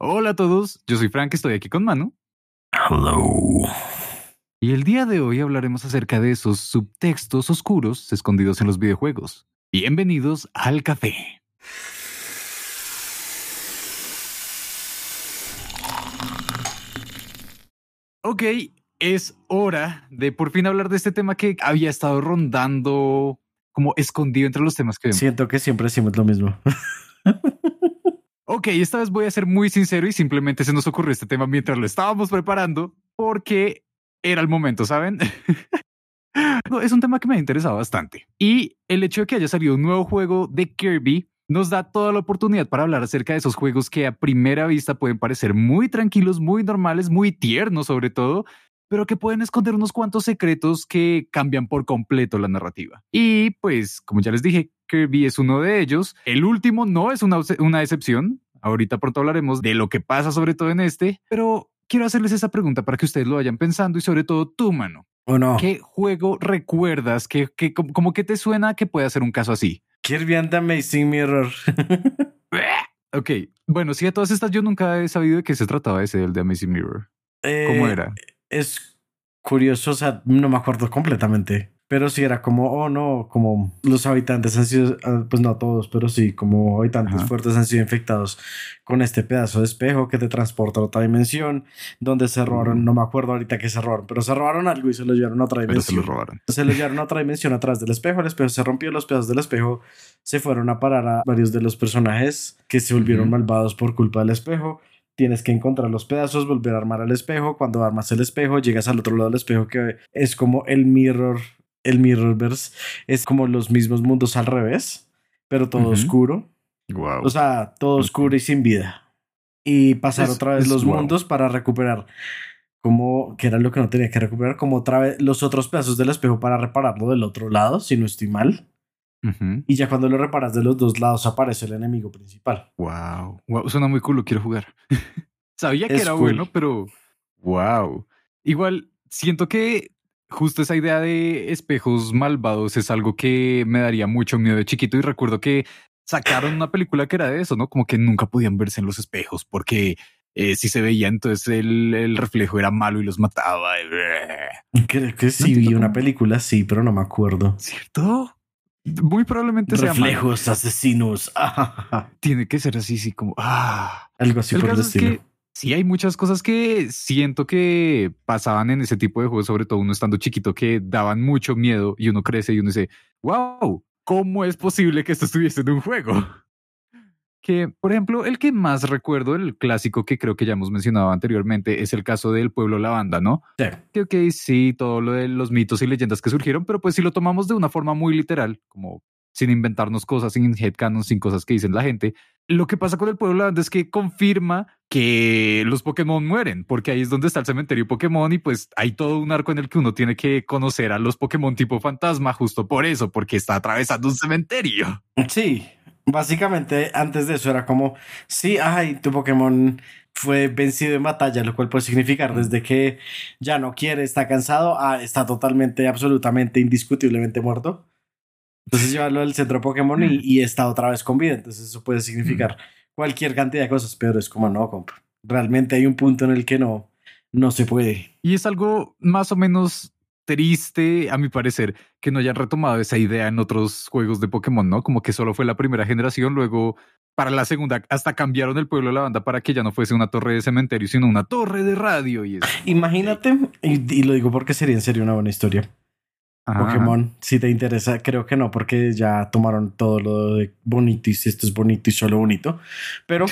Hola a todos, yo soy Frank, estoy aquí con Manu. Hello. Y el día de hoy hablaremos acerca de esos subtextos oscuros escondidos en los videojuegos. Bienvenidos al café. Ok, es hora de por fin hablar de este tema que había estado rondando como escondido entre los temas que vemos. Siento que siempre decimos lo mismo. Ok, esta vez voy a ser muy sincero y simplemente se nos ocurrió este tema mientras lo estábamos preparando porque era el momento, ¿saben? Es un tema que me ha interesado bastante. Y el hecho de que haya salido un nuevo juego de Kirby nos da toda la oportunidad para hablar acerca de esos juegos que a primera vista pueden parecer muy tranquilos, muy normales, muy tiernos sobre todo, pero que pueden esconder unos cuantos secretos que cambian por completo la narrativa. Y pues, como ya les dije, Kirby es uno de ellos. El último no es una excepción. Ahorita pronto hablaremos de lo que pasa sobre todo en este, pero quiero hacerles esa pregunta para que ustedes lo vayan pensando y sobre todo tú, mano. ¿O no? ¿Qué juego recuerdas como que te suena que puede ser un caso así? Kirby and the Amazing Mirror. Ok, bueno, sí, de todas estas yo nunca he sabido de qué se trataba ese, el de Amazing Mirror. ¿Cómo era? Es curioso, o sea, no me acuerdo completamente. Pero sí era como, oh no, como los habitantes han sido, pues no todos, pero sí, como habitantes Ajá. fuertes han sido infectados con este pedazo de espejo que te transporta a otra dimensión, donde se robaron, no me acuerdo ahorita qué se robaron, pero se robaron algo y se lo llevaron a otra Pero se lo dimensión. robaron. Se lo llevaron a otra dimensión atrás del espejo se rompió, los pedazos del espejo se fueron a parar a varios de los personajes que se volvieron malvados por culpa del espejo. Tienes que encontrar los pedazos, volver a armar el espejo. Cuando armas el espejo, llegas al otro lado del espejo que es como el Mirrorverse. Es como los mismos mundos al revés, pero todo oscuro. Wow. O sea, todo oscuro y sin vida. Y pasar otra vez los mundos para recuperar como que era lo que no tenía que recuperar, como otra vez los otros pedazos del espejo para repararlo del otro lado, si no estoy mal. Y ya cuando lo reparas de los dos lados aparece el enemigo principal. Wow. Suena muy cool, lo quiero jugar. Sabía que Es era cool. bueno, pero wow. Igual siento que justo esa idea de espejos malvados es algo que me daría mucho miedo de chiquito y recuerdo que sacaron una película que era de eso, ¿no? Como que nunca podían verse en los espejos porque si se veía entonces el reflejo era malo y los mataba. Creo que sí vi una película, sí, pero no me acuerdo. ¿Cierto? Muy probablemente sea Reflejos asesinos. Tiene que ser así, sí, como algo así por el estilo. Es que sí hay muchas cosas que siento que pasaban en ese tipo de juegos, sobre todo uno estando chiquito, que daban mucho miedo y uno crece y uno dice, wow, ¿cómo es posible que esto estuviese en un juego? Que, por ejemplo, el que más recuerdo, el clásico que creo que ya hemos mencionado anteriormente, es el caso del Pueblo Lavanda, ¿no? Sí. Que, ok, sí, todo lo de los mitos y leyendas que surgieron, pero pues si lo tomamos de una forma muy literal, como sin inventarnos cosas, sin headcanon, sin cosas que dicen la gente, lo que pasa con el Pueblo Lavanda es que confirma que los Pokémon mueren, porque ahí es donde está el cementerio Pokémon y pues hay todo un arco en el que uno tiene que conocer a los Pokémon tipo fantasma justo por eso, porque está atravesando un cementerio. Sí. Básicamente, antes de eso era como, sí, ay, tu Pokémon fue vencido en batalla, lo cual puede significar desde que ya no quiere, está cansado, está totalmente, absolutamente, indiscutiblemente muerto. Entonces llevarlo al centro Pokémon y está otra vez con vida. Entonces eso puede significar cualquier cantidad de cosas, pero es como no, compa. Realmente hay un punto en el que no se puede. Y es algo más o menos triste, a mi parecer, que no hayan retomado esa idea en otros juegos de Pokémon, ¿no? Como que solo fue la primera generación, luego para la segunda hasta cambiaron el Pueblo de la Banda para que ya no fuese una torre de cementerio, sino una torre de radio. Y imagínate, y lo digo porque sería en serio una buena historia. Pokémon, si te interesa, creo que no, porque ya tomaron todo lo de bonito y si esto es bonito y solo bonito, pero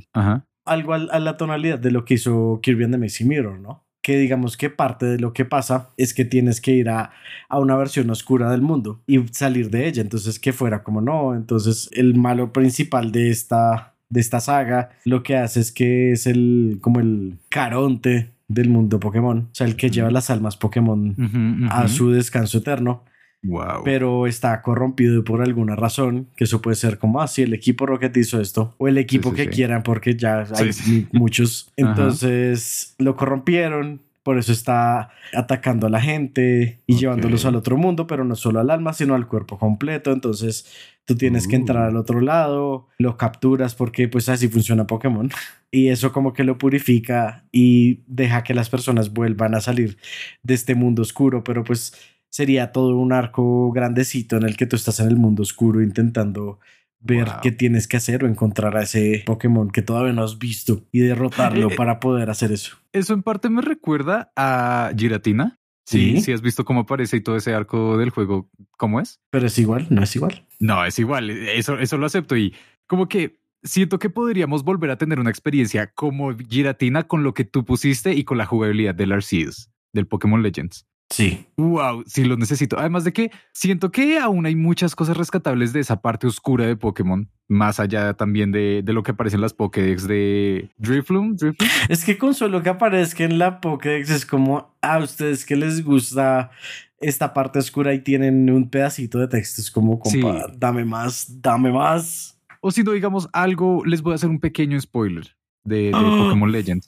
algo a la tonalidad de lo que hizo Kirby and the Amazing Mirror, ¿no? Que digamos que parte de lo que pasa es que tienes que ir a una versión oscura del mundo y salir de ella. Entonces que fuera como no. Entonces el malo principal de esta saga lo que hace es que es como el Caronte del mundo Pokémon. O sea, el que lleva las almas Pokémon a su descanso eterno. Wow. Pero está corrompido por alguna razón, que eso puede ser como, si el equipo Rocket hizo esto, o el equipo que quieran, porque ya hay muchos. Entonces lo corrompieron por eso está atacando a la gente y llevándolos al otro mundo, pero no solo al alma, sino al cuerpo completo. Entonces tú tienes que entrar al otro lado, lo capturas porque pues así funciona Pokémon. Y eso como que lo purifica y deja que las personas vuelvan a salir de este mundo oscuro, pero pues sería todo un arco grandecito en el que tú estás en el mundo oscuro intentando ver qué tienes que hacer o encontrar a ese Pokémon que todavía no has visto y derrotarlo para poder hacer eso. Eso en parte me recuerda a Giratina. Sí, has visto cómo aparece y todo ese arco del juego, ¿cómo es? Pero es igual, no es igual. No, es igual, eso lo acepto y como que siento que podríamos volver a tener una experiencia como Giratina con lo que tú pusiste y con la jugabilidad del Arceus, del Pokémon Legends. Sí. Wow, sí lo necesito. Además de que siento que aún hay muchas cosas rescatables de esa parte oscura de Pokémon, más allá también de lo que aparece en las Pokédex de Drifloon. Es que con solo que aparezca en la Pokédex es como a ustedes que les gusta esta parte oscura y tienen un pedacito de texto. Es como, compa, dame más. O si no, digamos algo, les voy a hacer un pequeño spoiler de Pokémon Legends.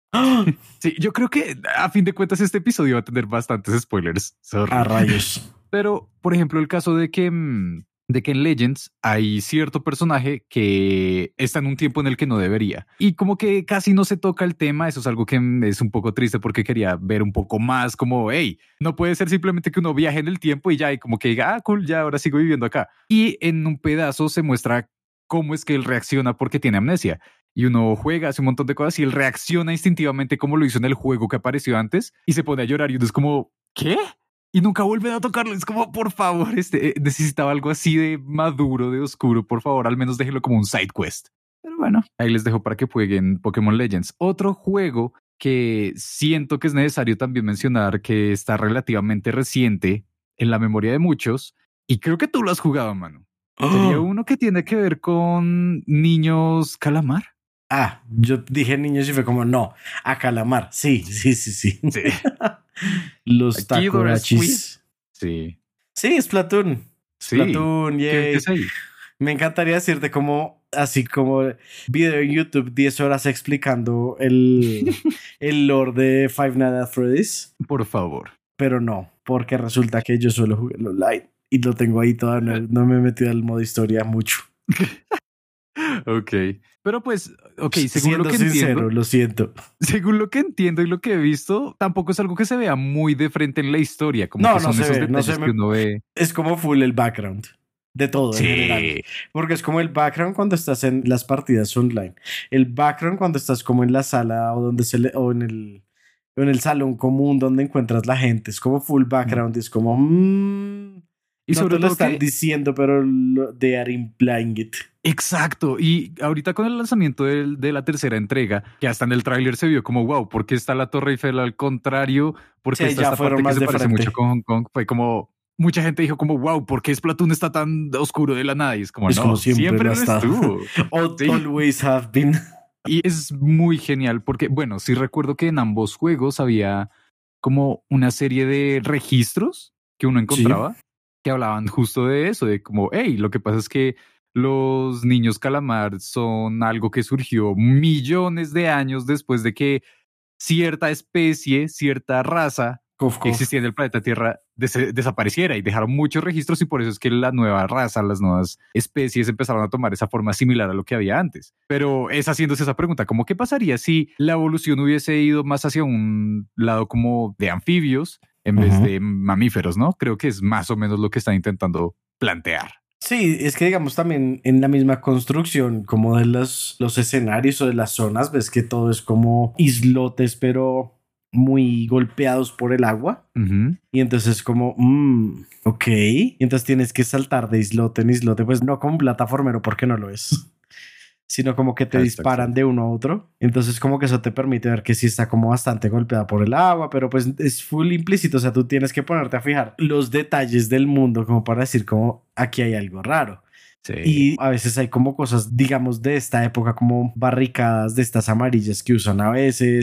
Sí, yo creo que a fin de cuentas este episodio va a tener bastantes spoilers. Sorry. A rayos. Pero, por ejemplo, el caso de que en Legends hay cierto personaje que está en un tiempo en el que no debería. Y como que casi no se toca el tema. Eso es algo que es un poco triste porque quería ver un poco más como, hey, no puede ser simplemente que uno viaje en el tiempo y ya, y como que diga, cool, ya ahora sigo viviendo acá. Y en un pedazo se muestra cómo es que él reacciona porque tiene amnesia. Y uno juega, hace un montón de cosas y él reacciona instintivamente como lo hizo en el juego que apareció antes y se pone a llorar y uno es como, ¿qué? Y nunca vuelve a tocarlo. Es como, por favor, necesitaba algo así de maduro, de oscuro. Por favor, al menos déjelo como un side quest. Pero bueno, ahí les dejo para que jueguen Pokémon Legends. Otro juego que siento que es necesario también mencionar que está relativamente reciente en la memoria de muchos y creo que tú lo has jugado, mano. Sería uno que tiene que ver con niños calamar. Ah, yo dije niños y fue como, no, a calamar. Sí. Los Takorachis. Sí. Sí, Splatoon. Sí. Splatoon, yay. ¿Qué es ahí? Me encantaría decirte como, así como video en YouTube 10 horas explicando el lore de Five Nights at Freddy's. Por favor. Pero no, porque resulta que yo solo jugué el online y lo tengo ahí todavía. No me he metido al modo historia mucho. Ok. Pero pues, según lo que entiendo, lo siento. Según lo que entiendo y lo que he visto, tampoco es algo que se vea muy de frente en la historia. Como no, que son no se esos ve, detalles que uno ve. Es como full el background de todo en general. Porque es como el background cuando estás en las partidas online. El background cuando estás como en la sala o en el salón común donde encuentras la gente. Es como full background. Es como... y sobre todo lo están diciendo, pero they are implying it. Exacto. Y ahorita con el lanzamiento de la tercera entrega, que hasta en el tráiler se vio como, wow, ¿por qué está la Torre Eiffel al contrario? Porque está esta parte que se parece mucho con Hong Kong. Fue como... Mucha gente dijo como, wow, ¿por qué Splatoon está tan oscuro de la nada? Y es como, como siempre lo estuvo. Always have been. Y es muy genial porque, bueno, sí recuerdo que en ambos juegos había como una serie de registros que uno encontraba que hablaban justo de eso, de como, hey, lo que pasa es que los niños calamar son algo que surgió millones de años después de que cierta especie, cierta raza que existía en el planeta Tierra desapareciera y dejaron muchos registros y por eso es que la nueva raza, las nuevas especies empezaron a tomar esa forma similar a lo que había antes. Pero es haciéndose esa pregunta, ¿cómo qué pasaría si la evolución hubiese ido más hacia un lado como de anfibios en vez de mamíferos, ¿no? Creo que es más o menos lo que están intentando plantear. Sí, es que digamos también en la misma construcción como de los escenarios o de las zonas, ves que todo es como islotes, pero muy golpeados por el agua. Y entonces como, ok. Y entonces tienes que saltar de islote en islote, pues no como plataformero porque no lo es, sino como que te disparan de uno a otro. Entonces como que eso te permite ver que sí está como bastante golpeada por el agua, pero pues es full implícito. O sea, tú tienes que ponerte a fijar los detalles del mundo como para decir como aquí hay algo raro. Sí. Y a veces hay como cosas, digamos, de esta época, como barricadas de estas amarillas que usan a veces,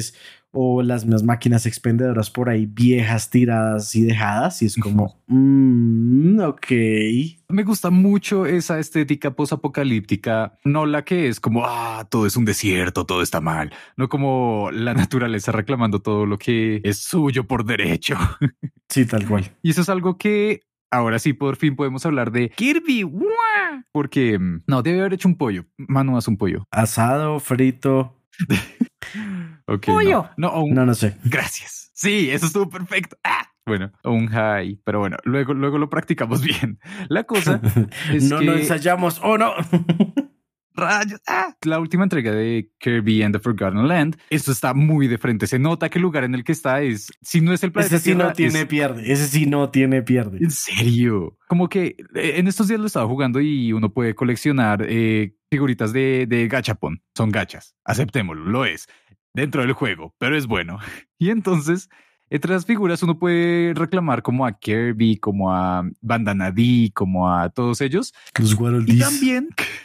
o las mismas máquinas expendedoras por ahí viejas, tiradas y dejadas, y es como, ok. Me gusta mucho esa estética posapocalíptica, no la que es como, todo es un desierto, todo está mal, no como la naturaleza reclamando todo lo que es suyo por derecho. Sí, tal cual. Y eso es algo que ahora sí por fin podemos hablar de Kirby, porque no, debe haber hecho un pollo. Manu hace un pollo. Asado, frito. Okay, pollo. No sé. Gracias. Sí, eso estuvo perfecto. Bueno, un high, pero bueno, luego lo practicamos bien. La cosa es no ensayamos. Oh, no. Rayos. La última entrega de Kirby and the Forgotten Land, esto está muy de frente. Se nota que el lugar en el que está es, si no es el planeta Ese sí Tierra, no tiene pierde. Ese sí no tiene pierde. En serio. Como que en estos días lo estaba jugando y uno puede coleccionar figuritas de gachapon. Son gachas. Aceptémoslo, lo es. Dentro del juego, pero es bueno. Y entonces, entre las figuras uno puede reclamar como a Kirby, como a Bandana D, como a todos ellos. Los Waddle Y también...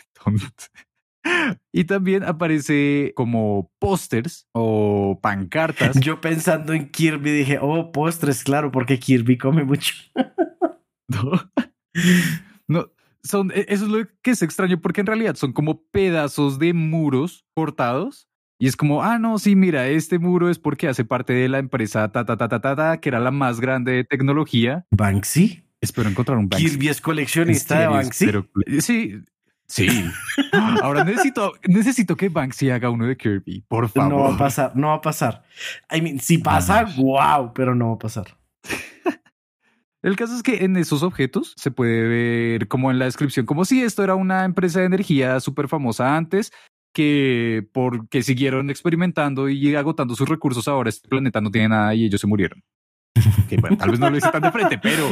Y también aparece como pósters o pancartas. Yo pensando en Kirby dije, postres, claro, porque Kirby come mucho. No, eso es lo que es extraño, porque en realidad son como pedazos de muros cortados. Y es como, no, sí, mira, este muro es porque hace parte de la empresa que era la más grande de tecnología. ¿Banksy? Espero encontrar un Banksy. ¿Kirby es coleccionista de Banksy? Sí. Sí. Ahora necesito que Banksy haga uno de Kirby, por favor. No va a pasar. I mean, si pasa, wow, pero no va a pasar. El caso es que en esos objetos se puede ver como en la descripción, como si esto era una empresa de energía súper famosa antes, que porque siguieron experimentando y agotando sus recursos, ahora este planeta no tiene nada y ellos se murieron. Que bueno, tal vez no lo dicen tan de frente, pero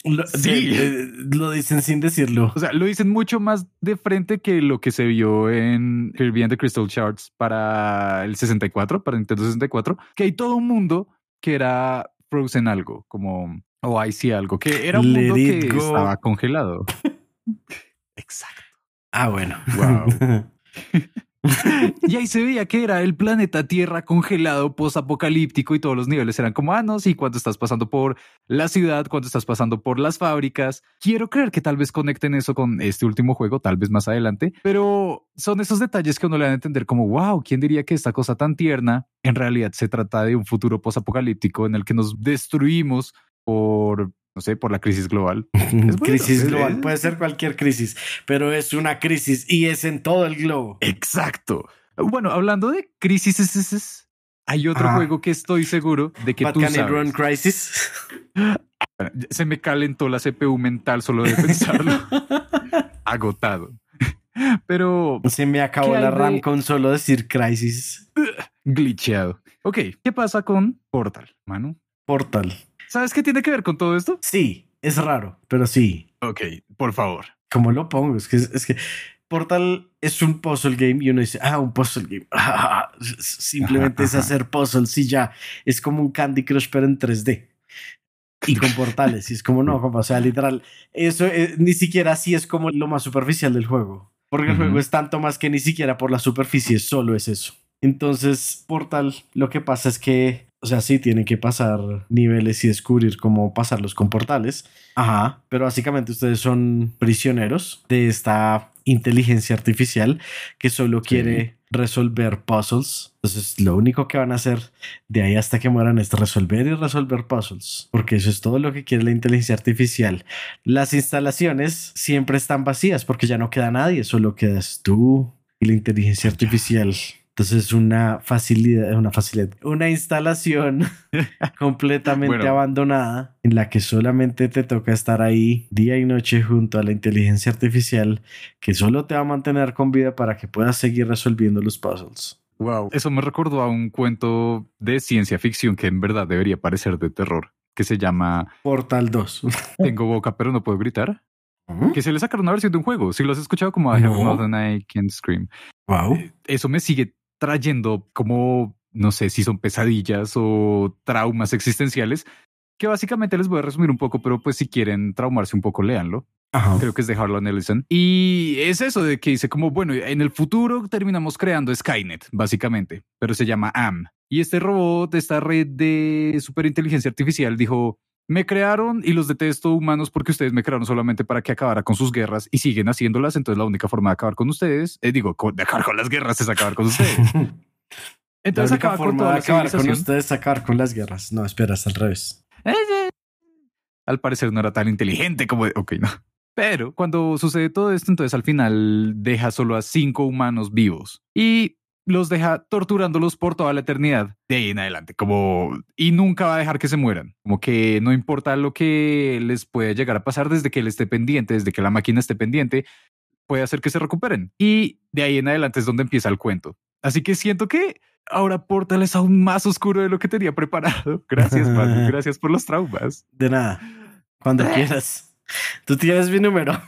lo dicen sin decirlo. O sea, lo dicen mucho más de frente que lo que se vio en Kirby and the Crystal Shards para el 64, para Nintendo 64, que hay todo un mundo que era Frozen algo, como o Icy algo, que era un mundo que estaba congelado. Exacto. Bueno. Wow. Y ahí se veía que era el planeta Tierra congelado, post-apocalíptico, y todos los niveles eran como, no, sí, cuando estás pasando por la ciudad, cuando estás pasando por las fábricas. Quiero creer que tal vez conecten eso con este último juego, tal vez más adelante, pero son esos detalles que uno le dan a entender como, wow, ¿quién diría que esta cosa tan tierna en realidad se trata de un futuro post-apocalíptico en el que nos destruimos por... no sé, por la crisis global. Crisis global, puede ser cualquier crisis, pero es una crisis y es en todo el globo. Exacto. Bueno, hablando de crisis, hay otro juego que estoy seguro de que tú sabes. Run Crisis. Se me calentó la CPU mental solo de pensarlo. Agotado. Pero... se me acabó la RAM con solo decir Crisis. Glitcheado. Ok, ¿qué pasa con Portal, Manu? Portal. ¿Sabes qué tiene que ver con todo esto? Sí, es raro, pero sí. Ok, por favor. ¿Cómo lo pongo? Es que Portal es un puzzle game y uno dice, un puzzle game. Simplemente es hacer puzzles y ya. Es como un Candy Crush, pero en 3D. Y con portales. Y es como, no, o sea, literal. Eso ni siquiera así es como lo más superficial del juego. Porque el juego es tanto más que ni siquiera por la superficie, solo es eso. Entonces, Portal, lo que pasa es que, o sea, sí tienen que pasar niveles y descubrir cómo pasarlos con portales. Pero básicamente ustedes son prisioneros de esta inteligencia artificial que solo quiere resolver puzzles. Entonces, lo único que van a hacer de ahí hasta que mueran es resolver y resolver puzzles, porque eso es todo lo que quiere la inteligencia artificial. Las instalaciones siempre están vacías porque ya no queda nadie, solo quedas tú y la inteligencia artificial. Entonces una instalación completamente abandonada en la que solamente te toca estar ahí día y noche junto a la inteligencia artificial que solo te va a mantener con vida para que puedas seguir resolviendo los puzzles. Wow, eso me recordó a un cuento de ciencia ficción que en verdad debería parecer de terror, que se llama Portal 2. Tengo boca pero no puedo gritar. Que se le sacaron una versión de un juego. Si lo has escuchado como I have a mouth and I can't scream. Wow. Eso me sigue trayendo como, no sé si son pesadillas o traumas existenciales, que básicamente les voy a resumir un poco, pero pues si quieren traumarse un poco, léanlo. Creo que es de Harlan Ellison. Y es eso de que dice como, bueno, en el futuro terminamos creando Skynet, básicamente, pero se llama AM. Y este robot, esta red de superinteligencia artificial dijo, me crearon y los detesto humanos porque ustedes me crearon solamente para que acabara con sus guerras y siguen haciéndolas. Entonces la única forma de acabar con ustedes, de acabar con las guerras es acabar con ustedes. Entonces acaba con toda la civilización. Acabar con ustedes, acabar con las guerras. No, espera, es al revés. Al parecer no era tan inteligente como... Ok, no. Pero cuando sucede todo esto, entonces al final deja solo a 5 humanos vivos y los deja torturándolos por toda la eternidad de ahí en adelante, y nunca va a dejar que se mueran, como que no importa lo que les pueda llegar a pasar desde que él esté pendiente, desde que la máquina esté pendiente, puede hacer que se recuperen. Y de ahí en adelante es donde empieza el cuento. Así que siento que ahora Portal es aún más oscuro de lo que tenía preparado. Gracias, Manu. Gracias por los traumas. De nada. Cuando quieras. Tú tienes mi número.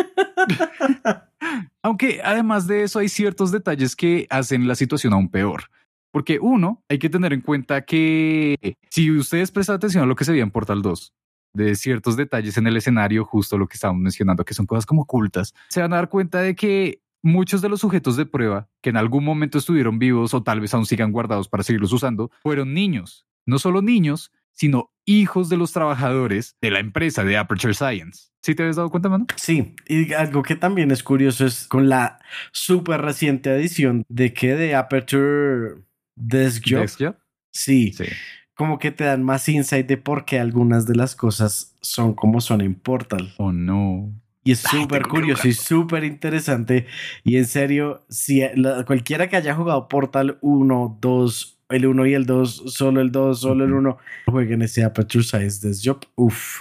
Aunque además de eso hay ciertos detalles que hacen la situación aún peor. Porque uno, hay que tener en cuenta que si ustedes prestan atención a lo que se veía en Portal 2, de ciertos detalles en el escenario, justo lo que estábamos mencionando, que son cosas como ocultas, se van a dar cuenta de que muchos de los sujetos de prueba que en algún momento estuvieron vivos o tal vez aún sigan guardados para seguirlos usando, fueron niños. No solo niños, sino hijos de los trabajadores de la empresa de Aperture Science. ¿Sí te habías dado cuenta, mano? Sí, y algo que también es curioso es con la súper reciente edición de Aperture Desk Job. Sí, como que te dan más insight de por qué algunas de las cosas son como son en Portal. Oh, no. Y es súper curioso y súper interesante. Y en serio, si cualquiera que haya jugado Portal 1, 2, el 1 y el 2, solo el 2, solo el 1, jueguen ese Aperture Science Desk Job. Uf.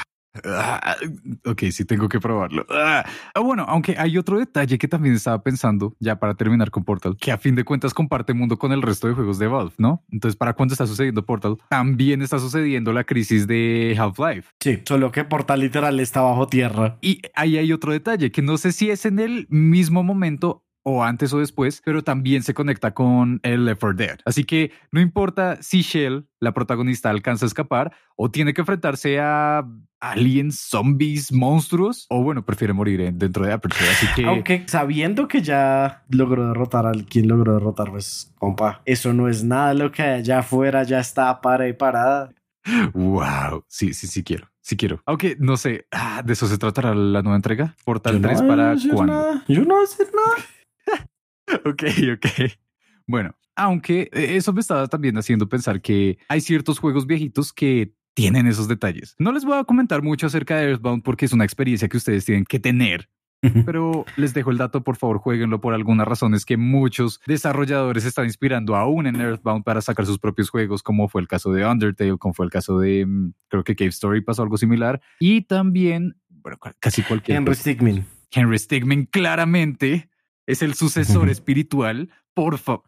Ok, sí tengo que probarlo. Bueno, aunque hay otro detalle que también estaba pensando, ya para terminar con Portal, que a fin de cuentas comparte mundo con el resto de juegos de Valve, ¿no? Entonces, para cuando está sucediendo Portal, también está sucediendo la crisis de Half-Life. Sí, solo que Portal literal está bajo tierra. Y ahí hay otro detalle, que no sé si es en el mismo momento o antes o después, pero también se conecta con el Left 4 Dead. Así que no importa si Shell, la protagonista, alcanza a escapar o tiene que enfrentarse a aliens, zombies, monstruos, o bueno, prefiere morir dentro de Aperture. Así que... Aunque sabiendo que ya logró derrotar al quien logró derrotar, pues, compa, eso no es nada lo que allá afuera ya está para y parada. Wow, sí quiero. Sí quiero. Aunque no sé, ¿de eso se tratará la nueva entrega? ¿Portal 3 para cuándo? Yo no voy a decir nada. Ok. Bueno, aunque eso me estaba también haciendo pensar que hay ciertos juegos viejitos que tienen esos detalles. No les voy a comentar mucho acerca de Earthbound porque es una experiencia que ustedes tienen que tener. Pero les dejo el dato, por favor, jueguenlo por algunas razones que muchos desarrolladores están inspirando aún en Earthbound para sacar sus propios juegos, como fue el caso de Undertale, como fue el caso de, creo que Cave Story pasó algo similar. Y también, bueno, casi cualquier Henry Stigman claramente es el sucesor espiritual, por favor.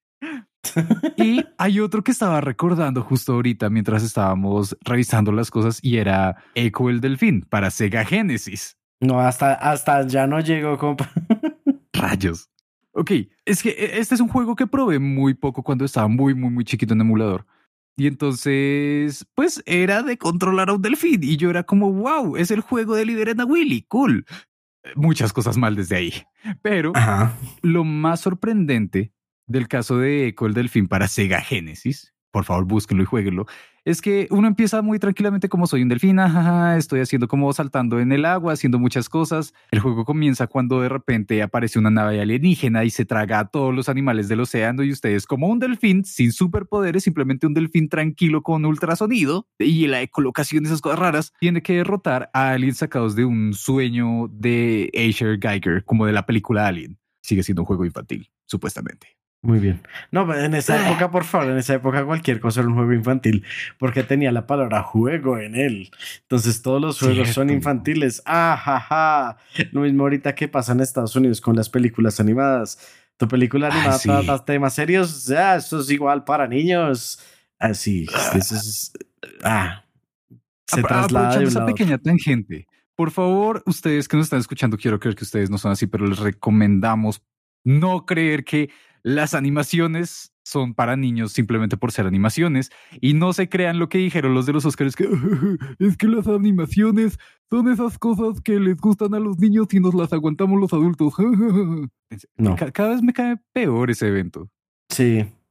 Y hay otro que estaba recordando justo ahorita mientras estábamos revisando las cosas y era Echo el Delfín para Sega Genesis. No, hasta ya no llegó, compa. Rayos. Ok, es que este es un juego que probé muy poco cuando estaba muy chiquito en emulador. Y entonces, pues era de controlar a un delfín. Y yo era como, wow, es el juego de Liberen a Willy, cool. Muchas cosas mal desde ahí. Pero lo más sorprendente del caso de Echo el Delfín para Sega Genesis, por favor búsquenlo y jueguenlo, es que uno empieza muy tranquilamente como soy un delfín, estoy haciendo como saltando en el agua, haciendo muchas cosas. El juego comienza cuando de repente aparece una nave alienígena y se traga a todos los animales del océano y ustedes como un delfín sin superpoderes, simplemente un delfín tranquilo con ultrasonido y la ecolocación de esas cosas raras, tiene que derrotar a aliens sacados de un sueño de Asher Geiger, como de la película Alien. Sigue siendo un juego infantil, supuestamente. Muy bien. No, en esa época, por favor, en esa época cualquier cosa era un juego infantil porque tenía la palabra juego en él. Entonces todos los juegos son infantiles. Lo mismo ahorita que pasa en Estados Unidos con las películas animadas. Tu película animada trata temas serios, eso es igual para niños. Así, eso es... se traslada de esa pequeña tangente. Por favor, ustedes que nos están escuchando, quiero creer que ustedes no son así, pero les recomendamos no creer que las animaciones son para niños simplemente por ser animaciones y no se crean lo que dijeron los de los Oscars, que es que las animaciones son esas cosas que les gustan a los niños y nos las aguantamos los adultos. No. Cada vez me cae peor ese evento. Sí,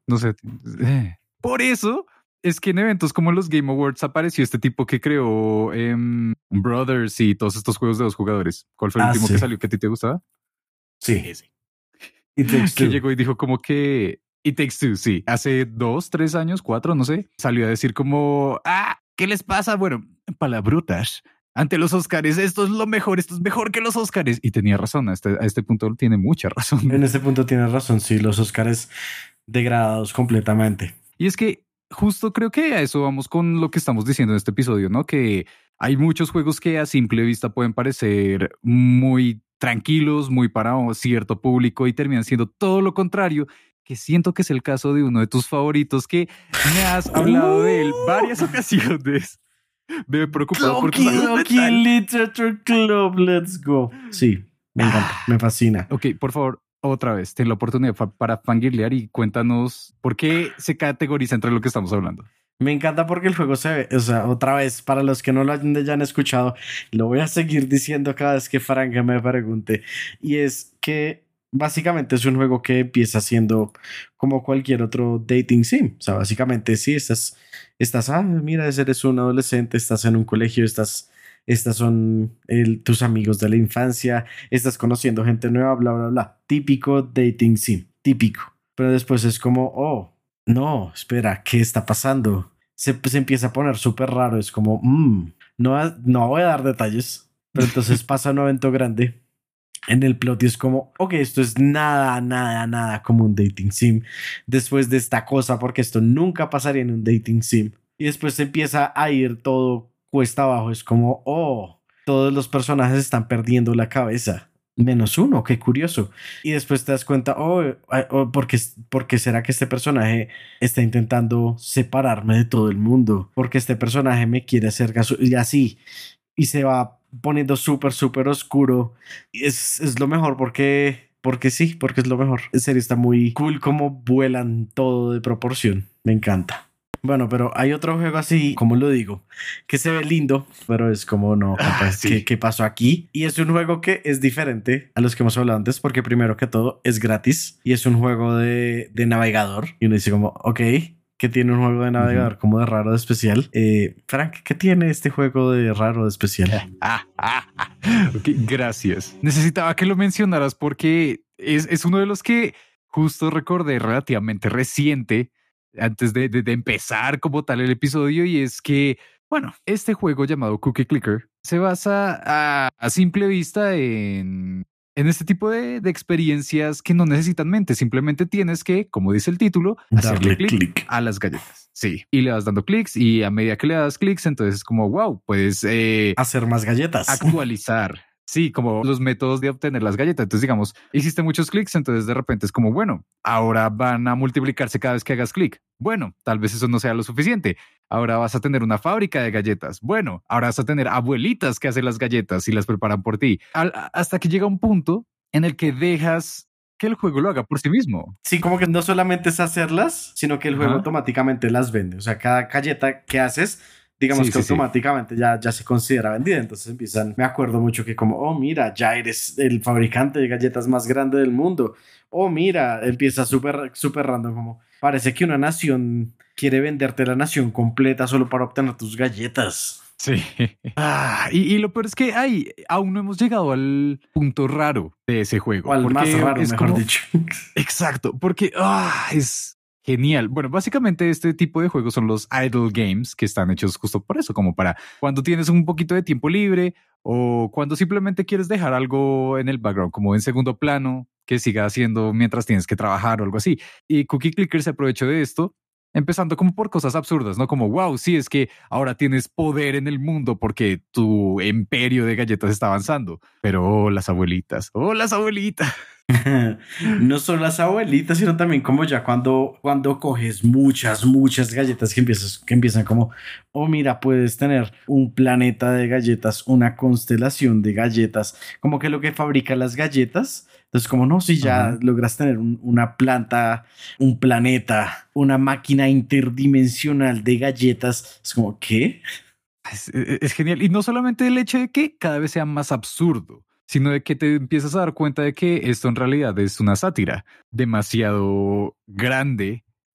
no sé. Por eso es que en eventos como los Game Awards apareció este tipo que creó Brothers y todos estos juegos de 2 jugadores. ¿Cuál fue el último que salió que a ti te gustaba? Sí. Ese. It Takes Two. Que llegó y dijo como que It Takes Two, sí. Hace 2, 3 años, 4, no sé. Salió a decir como, ¿qué les pasa? Bueno, palabrutas. Ante los Óscares, esto es mejor que los Óscares. Y tenía razón, a este punto tiene mucha razón. En este punto tienes razón, sí, los Óscares degradados completamente. Y es que justo creo que a eso vamos con lo que estamos diciendo en este episodio, ¿no? Que hay muchos juegos que a simple vista pueden parecer muy tranquilos, muy para cierto público y terminan siendo todo lo contrario, que siento que es el caso de uno de tus favoritos que me has hablado de él varias ocasiones. Me preocupa por tu salud mental. Literature Club, let's go. Sí, me encanta, me fascina. Ok, por favor, otra vez, ten la oportunidad para fangirlear y cuéntanos por qué se categoriza entre lo que estamos hablando. Me encanta porque el juego se ve, o sea, otra vez, para los que no lo hayan escuchado, lo voy a seguir diciendo cada vez que Frank me pregunte. Y es que básicamente es un juego que empieza siendo como cualquier otro dating sim. O sea, básicamente sí, estás, mira, eres un adolescente, estás en un colegio, estas son tus amigos de la infancia, estás conociendo gente nueva, bla, bla, bla. Típico dating sim, típico. Pero después es como, oh, no, espera, ¿qué está pasando? Se empieza a poner súper raro, es como, no voy a dar detalles, pero entonces pasa un evento grande en el plot y es como, ok, esto es nada como un dating sim después de esta cosa, porque esto nunca pasaría en un dating sim. Y después se empieza a ir todo cuesta abajo, es como, oh, todos los personajes están perdiendo la cabeza. Menos uno, qué curioso. Y después te das cuenta, ¿por qué será que este personaje está intentando separarme de todo el mundo? Porque este personaje me quiere hacer caso y así. Y se va poniendo súper oscuro. Y es lo mejor porque sí, porque es lo mejor. En serio, está muy cool como vuelan todo de proporción. Me encanta. Bueno, pero hay otro juego así, como lo digo, que se ve lindo, pero es como no, capaz, Sí. ¿qué pasó aquí? Y es un juego que es diferente a los que hemos hablado antes, porque primero que todo es gratis y es un juego de navegador. Y uno dice como, ok, ¿qué tiene un juego de navegador como de raro, de especial? Frank, ¿qué tiene este juego de raro, de especial? Okay, gracias. Necesitaba que lo mencionaras porque es uno de los que justo recordé relativamente reciente antes de empezar como tal el episodio, y es que, bueno, este juego llamado Cookie Clicker se basa a simple vista en este tipo de experiencias que no necesitan mente, simplemente tienes que, como dice el título, hacerle clic a las galletas. Sí, y le vas dando clics y a medida que le das clics, entonces es como, wow, puedes hacer más galletas. Actualizar. Sí, como los métodos de obtener las galletas. Entonces, digamos, hiciste muchos clics, entonces de repente es como, bueno, ahora van a multiplicarse cada vez que hagas clic. Bueno, tal vez eso no sea lo suficiente. Ahora vas a tener una fábrica de galletas. Bueno, ahora vas a tener abuelitas que hacen las galletas y las preparan por ti. Hasta que llega un punto en el que dejas que el juego lo haga por sí mismo. Sí, como que no solamente es hacerlas, sino que el juego automáticamente las vende. O sea, cada galleta que haces, digamos que automáticamente ya se considera vendida. Entonces empiezan, me acuerdo mucho que como, oh, mira, ya eres el fabricante de galletas más grande del mundo. Oh, mira, empieza súper random, como parece que una nación quiere venderte la nación completa solo para obtener tus galletas. Sí. Y lo peor es que aún no hemos llegado al punto raro de ese juego. O al más raro, mejor dicho. Exacto, porque es genial. Bueno, básicamente este tipo de juegos son los idle games, que están hechos justo por eso, como para cuando tienes un poquito de tiempo libre o cuando simplemente quieres dejar algo en el background, como en segundo plano, que siga haciendo mientras tienes que trabajar o algo así. Y Cookie Clicker se aprovechó de esto, empezando como por cosas absurdas, ¿no? Como, wow, sí, es que ahora tienes poder en el mundo porque tu imperio de galletas está avanzando. Pero las abuelitas, las abuelitas. No solo las abuelitas, sino también como ya cuando coges muchas galletas que empiezan como, oh, mira, puedes tener un planeta de galletas, una constelación de galletas, como que lo que fabrica las galletas. Entonces, como no, si ya logras tener una planta, un planeta, una máquina interdimensional de galletas, es como, ¿qué? Es genial. Y no solamente el hecho de que cada vez sea más absurdo, sino de que te empiezas a dar cuenta de que esto en realidad es una sátira demasiado grande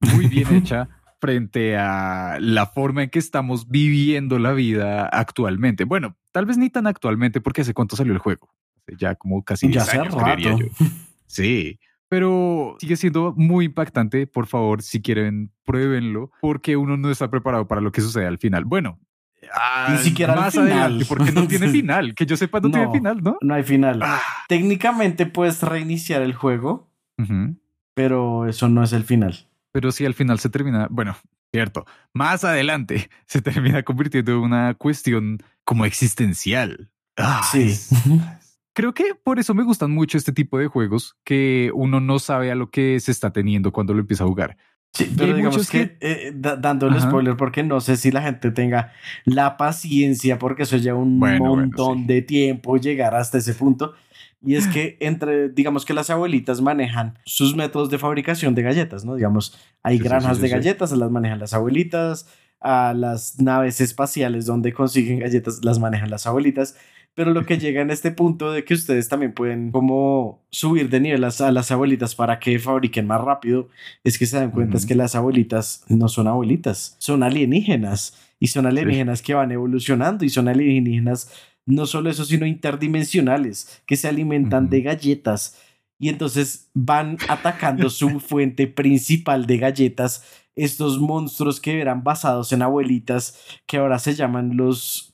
muy bien hecha frente a la forma en que estamos viviendo la vida actualmente. Bueno, tal vez ni tan actualmente porque hace cuánto salió el juego. Ya como casi 10 años, creería yo. Sí, pero sigue siendo muy impactante. Por favor, si quieren, pruébenlo porque uno no está preparado para lo que sucede al final. Bueno, ni siquiera más adelante, porque no tiene final. Que yo sepa, no tiene final, ¿no? No hay final. Técnicamente puedes reiniciar el juego, pero eso no es el final. Pero si al final se termina, bueno, cierto, más adelante se termina convirtiendo en una cuestión como existencial. Sí. Creo que por eso me gustan mucho este tipo de juegos que uno no sabe a lo que se está teniendo cuando lo empieza a jugar. Sí, pero digamos que dándole spoiler, porque no sé si la gente tenga la paciencia, porque eso ya un montón de tiempo llegar hasta ese punto. Y es que digamos que las abuelitas manejan sus métodos de fabricación de galletas, ¿no? Digamos, hay granjas de galletas, las manejan las abuelitas, a las naves espaciales donde consiguen galletas las manejan las abuelitas. Pero lo que llega en este punto de que ustedes también pueden como subir de nivel a las abuelitas para que fabriquen más rápido, es que se dan cuenta es que las abuelitas no son abuelitas, son alienígenas y son alienígenas que van evolucionando y son alienígenas no solo eso, sino interdimensionales que se alimentan de galletas y entonces van atacando su fuente principal de galletas, estos monstruos que eran basados en abuelitas que ahora se llaman los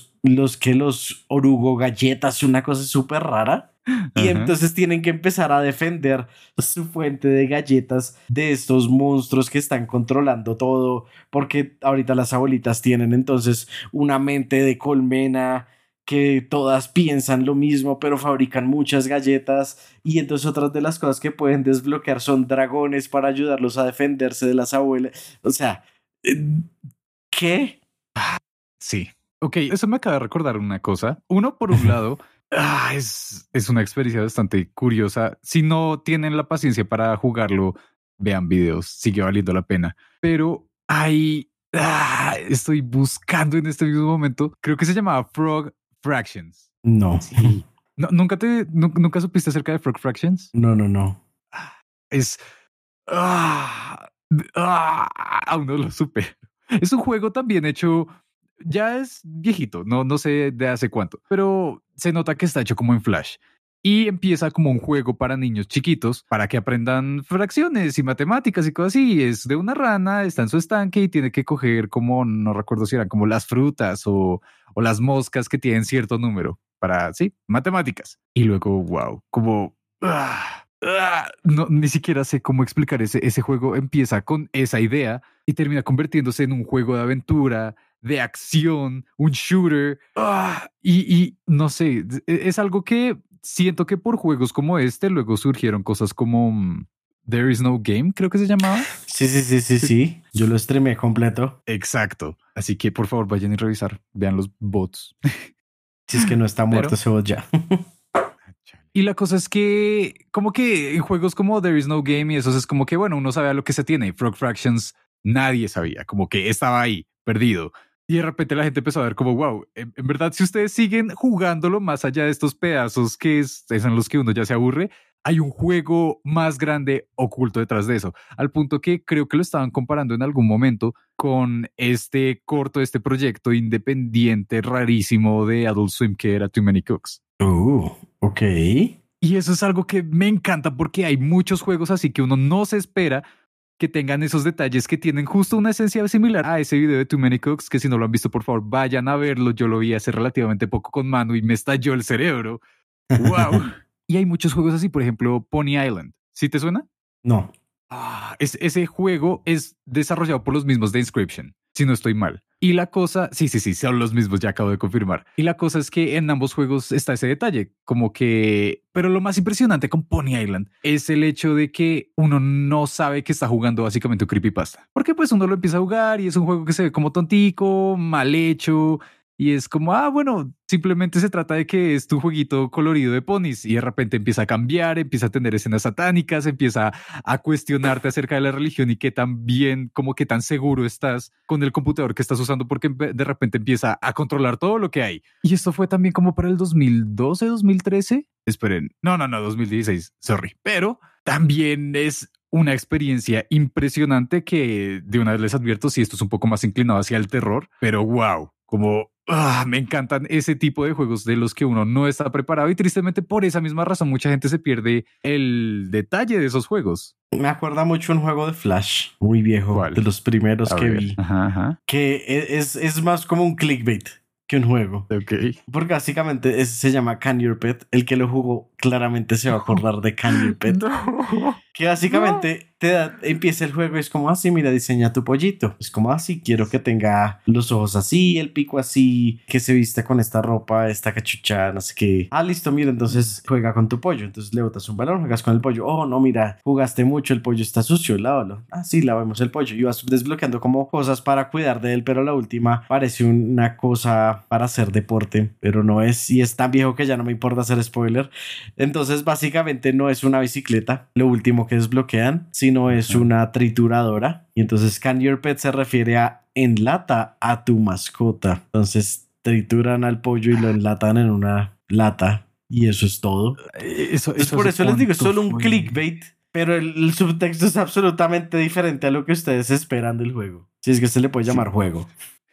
orugo galletas, una cosa súper rara. Y entonces tienen que empezar a defender su fuente de galletas de estos monstruos que están controlando todo, porque ahorita las abuelitas tienen entonces una mente de colmena que todas piensan lo mismo pero fabrican muchas galletas y entonces otras de las cosas que pueden desbloquear son dragones para ayudarlos a defenderse de las abuelas. O sea, ¿qué? Sí. Ok, eso me acaba de recordar una cosa. Uno, por un lado, es una experiencia bastante curiosa. Si no tienen la paciencia para jugarlo, vean videos, sigue valiendo la pena. Pero estoy buscando en este mismo momento, creo que se llamaba Frog Fractions. No. Sí. ¿Nunca supiste acerca de Frog Fractions? No. Aún no lo supe. Es un juego también hecho, ya es viejito, no sé de hace cuánto, pero se nota que está hecho como en Flash. Y empieza como un juego para niños chiquitos para que aprendan fracciones y matemáticas y cosas así. Es de una rana, está en su estanque y tiene que coger como, no recuerdo si eran como las frutas o las moscas que tienen cierto número para, sí, matemáticas. Y luego, wow, como... no, ni siquiera sé cómo explicar ese juego. Empieza con esa idea y termina convirtiéndose en un juego de aventura, de acción, un shooter. Y no sé, es algo que siento que por juegos como este luego surgieron cosas como There Is No Game, creo que se llamaba. Sí. Yo lo streamé completo. Exacto. Así que por favor vayan a revisar, vean los bots. Si es que no está muerto ese bot ya. Y la cosa es que como que en juegos como There Is No Game y eso es como que, bueno, uno sabe a lo que se tiene. Frog Fractions nadie sabía, como que estaba ahí, perdido. Y de repente la gente empezó a ver como, wow, en verdad si ustedes siguen jugándolo más allá de estos pedazos que son los que uno ya se aburre, hay un juego más grande oculto detrás de eso. Al punto que creo que lo estaban comparando en algún momento con este proyecto independiente rarísimo de Adult Swim que era Too Many Cooks. Ok. Y eso es algo que me encanta porque hay muchos juegos así que uno no se espera que tengan esos detalles que tienen justo una esencia similar a ese video de Too Many Cooks, que si no lo han visto, por favor, vayan a verlo. Yo lo vi hace relativamente poco con Manu y me estalló el cerebro. ¡Wow! Y hay muchos juegos así, por ejemplo, Pony Island. ¿Sí te suena? No. Ese juego es desarrollado por los mismos de Inscription, si no estoy mal. Y la cosa, sí, son los mismos, ya acabo de confirmar. Y la cosa es que en ambos juegos está ese detalle, como que... Pero lo más impresionante con Pony Island es el hecho de que uno no sabe que está jugando básicamente un creepypasta. Porque pues uno lo empieza a jugar y es un juego que se ve como tontico, mal hecho... Y es como, bueno, simplemente se trata de que es tu jueguito colorido de ponis y de repente empieza a cambiar, empieza a tener escenas satánicas, empieza a cuestionarte acerca de la religión y qué tan bien, como que tan seguro estás con el computador que estás usando porque de repente empieza a controlar todo lo que hay. Y esto fue también como para el 2012, 2013. Esperen, no, 2016, sorry. Pero también es una experiencia impresionante que de una vez les advierto si esto es un poco más inclinado hacia el terror, pero wow, como me encantan ese tipo de juegos de los que uno no está preparado y tristemente por esa misma razón mucha gente se pierde el detalle de esos juegos. Me acuerda mucho un juego de Flash muy viejo, ¿Cuál? de los primeros A que ver. vi, Ajá. que es más como un clickbait que un juego. Ok. Porque básicamente se llama Can Your Pet. El que lo jugó claramente se va a acordar de Can Your Pet. No. Que básicamente empieza el juego y es como así, mira, diseña tu pollito. Es como así, quiero que tenga los ojos así, el pico así, que se vista con esta ropa, esta cachucha, no sé qué. Ah, listo, mira, entonces juega con tu pollo. Entonces le botas un balón, juegas con el pollo. Oh, no, mira, jugaste mucho, el pollo está sucio, lávalo. Ah, sí, lavemos el pollo. Y vas desbloqueando como cosas para cuidar de él, pero la última parece una cosa para hacer deporte, pero no es. Y es tan viejo que ya no me importa hacer spoiler. Entonces, básicamente no es una bicicleta. Lo último que desbloquean, sino es una trituradora. Y entonces Can Your Pet se refiere a enlata a tu mascota. Entonces trituran al pollo y lo enlatan en una lata y eso es todo. Por eso les digo, es solo un clickbait, pero el subtexto es absolutamente diferente a lo que ustedes esperan del juego. Si es que se le puede llamar juego.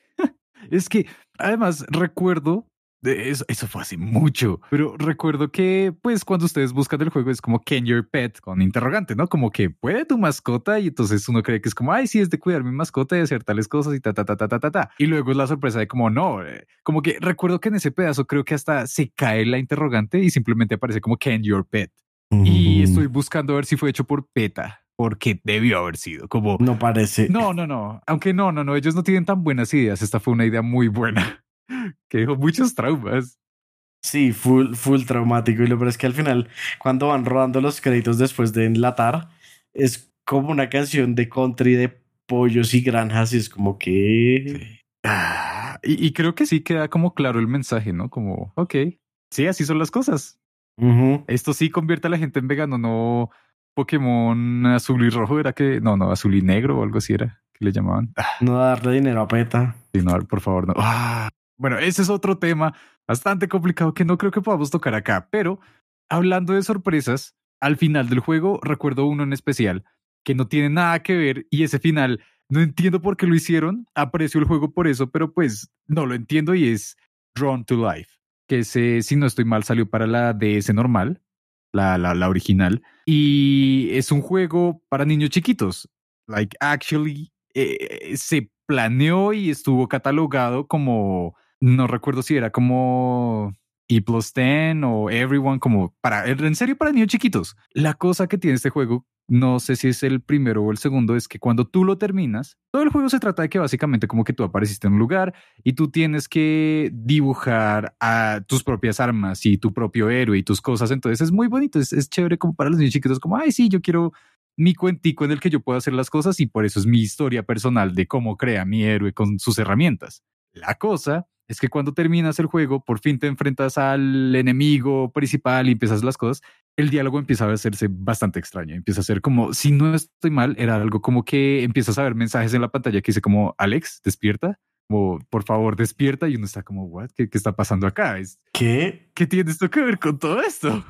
Es que además recuerdo eso fue hace mucho, pero recuerdo que pues cuando ustedes buscan el juego es como Can Your Pet con interrogante, ¿no? Como que puede tu mascota y entonces uno cree que es como, ay, sí, es de cuidar mi mascota y hacer tales cosas y ta. Y luego es la sorpresa de como no, como que recuerdo que en ese pedazo creo que hasta se cae la interrogante y simplemente aparece como Can Your Pet. Y estoy buscando a ver si fue hecho por PETA. Porque debió haber sido como... No parece. No. Aunque no. Ellos no tienen tan buenas ideas. Esta fue una idea muy buena que dejó muchos traumas. Sí, full traumático. Y lo peor es que al final, cuando van rodando los créditos después de enlatar, es como una canción de country de pollos y granjas. Y es como que... Sí. Y creo que sí queda como claro el mensaje, ¿no? Como, ok, sí, así son las cosas. Esto sí convierte a la gente en vegano, no Pokémon azul y rojo, era que... No, azul y negro o algo así era que le llamaban. No darle dinero a PETA. Sí, no, por favor, no. Bueno, ese es otro tema bastante complicado que no creo que podamos tocar acá, pero hablando de sorpresas, al final del juego recuerdo uno en especial que no tiene nada que ver y ese final no entiendo por qué lo hicieron, aprecio el juego por eso, pero pues no lo entiendo y es Drawn to Life, que ese, si no estoy mal, salió para la DS normal, la original, y es un juego para niños chiquitos, like actually se planeó y estuvo catalogado como, no recuerdo si era como E+10 o Everyone, como en serio para niños chiquitos. La cosa que tiene este juego, no sé si es el primero o el segundo, es que cuando tú lo terminas, todo el juego se trata de que básicamente como que tú apareciste en un lugar y tú tienes que dibujar a tus propias armas y tu propio héroe y tus cosas. Entonces es muy bonito, es chévere como para los niños chiquitos, como, ay, sí, yo quiero mi cuentico en el que yo puedo hacer las cosas y por eso es mi historia personal de cómo crea mi héroe con sus herramientas. La cosa es que cuando terminas el juego, por fin te enfrentas al enemigo principal y empiezas las cosas, el diálogo empieza a hacerse bastante extraño. Empieza a ser como, si no estoy mal, era algo como que empiezas a ver mensajes en la pantalla que dice como, Alex, despierta, como, por favor, despierta, y uno está como, what, ¿qué está pasando acá? ¿Qué tiene esto que ver con todo esto?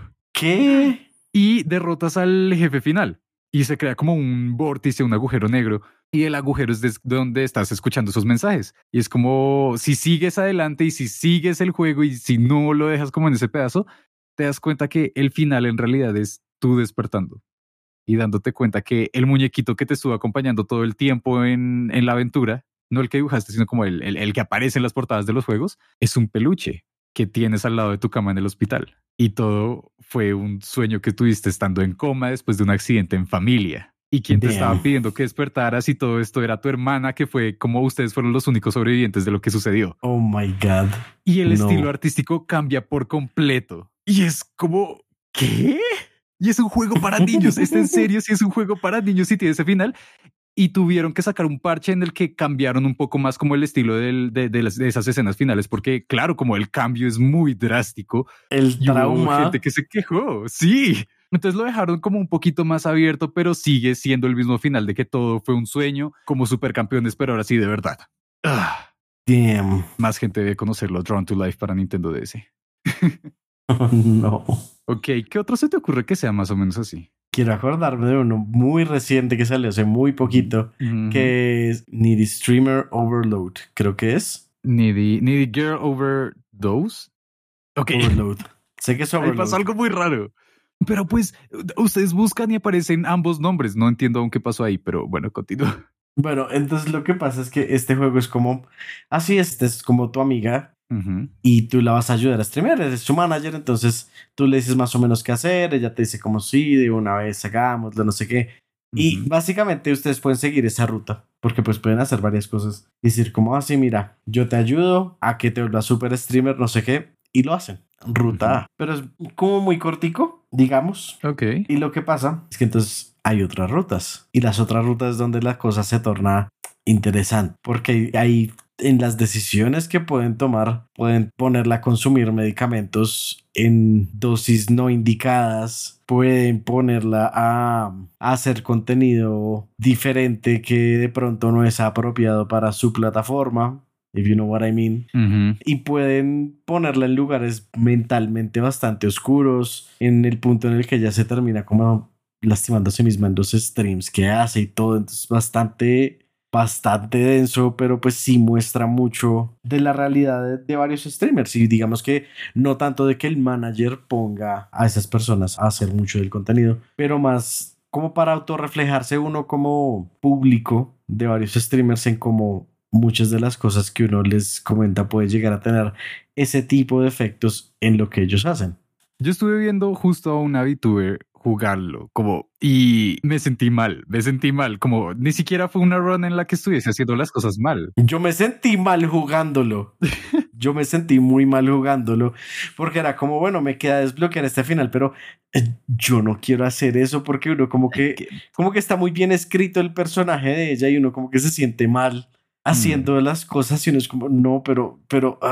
¿Qué? Y derrotas al jefe final. Y se crea como un vórtice, un agujero negro. Y el agujero es donde estás escuchando esos mensajes. Y es como si sigues adelante y si sigues el juego y si no lo dejas como en ese pedazo, te das cuenta que el final en realidad es tú despertando y dándote cuenta que el muñequito que te estuvo acompañando todo el tiempo en la aventura, no el que dibujaste, sino como el que aparece en las portadas de los juegos, es un peluche que tienes al lado de tu cama en el hospital. Y todo fue un sueño que tuviste estando en coma después de un accidente en familia. Y quien te estaba pidiendo que despertaras y todo esto era tu hermana, que fue como ustedes fueron los únicos sobrevivientes de lo que sucedió. Oh my God. Y el estilo artístico cambia por completo. Y es como, ¿qué? Y es un juego para niños. ¿Está en serio? Si es un juego para niños y tiene ese final. Y tuvieron que sacar un parche en el que cambiaron un poco más como el estilo de esas escenas finales, porque claro, como el cambio es muy drástico. El trauma. Hubo gente que se quejó, sí. Entonces lo dejaron como un poquito más abierto, pero sigue siendo el mismo final de que todo fue un sueño, como supercampeones, pero ahora sí de verdad. Damn. Más gente debe conocerlo, Drawn to Life para Nintendo DS. No. Ok, ¿qué otro se te ocurre que sea más o menos así? quiero acordarme de uno muy reciente que salió hace muy poquito, que es Needy Streamer Overload, creo que es. Needy Girl Overdose. Ok. Overload. Sé que es Overload. Ahí pasó algo muy raro. Pero pues, ustedes buscan y aparecen ambos nombres. No entiendo aún qué pasó ahí, pero bueno, continúa. Bueno, entonces lo que pasa es que este juego es como, así es como tu amiga y tú la vas a ayudar a streamear, eres su manager, entonces tú le dices más o menos qué hacer, ella te dice como sí, de una vez hagámoslo, no sé qué. Y básicamente ustedes pueden seguir esa ruta, porque pues pueden hacer varias cosas. Y decir como, así, mira, yo te ayudo a que te vuelvas super streamer, no sé qué, y lo hacen. Ruta A. Pero es como muy cortico, digamos. Ok. Y lo que pasa es que entonces hay otras rutas. Y las otras rutas es donde la cosa se torna interesante. Porque hay en las decisiones que pueden tomar, pueden ponerla a consumir medicamentos en dosis no indicadas, pueden ponerla a hacer contenido diferente que de pronto no es apropiado para su plataforma. If you know what I mean. Y pueden ponerla en lugares mentalmente bastante oscuros, en el punto en el que ella se termina como lastimando a sí misma en los streams que hace y todo. Entonces bastante denso, pero pues sí muestra mucho de la realidad de varios streamers. Y digamos que no tanto de que el manager ponga a esas personas a hacer mucho del contenido, pero más como para autorreflejarse uno como público de varios streamers en cómo muchas de las cosas que uno les comenta puede llegar a tener ese tipo de efectos en lo que ellos hacen. Yo estuve viendo justo a una VTuber jugarlo, y me sentí mal, como ni siquiera fue una run en la que estuviese haciendo las cosas mal. Yo me sentí mal jugándolo. Yo me sentí muy mal jugándolo porque era como, bueno, me queda desbloquear este final, pero yo no quiero hacer eso porque uno como que está muy bien escrito el personaje de ella y uno como que se siente mal haciendo las cosas y uno es como, no, pero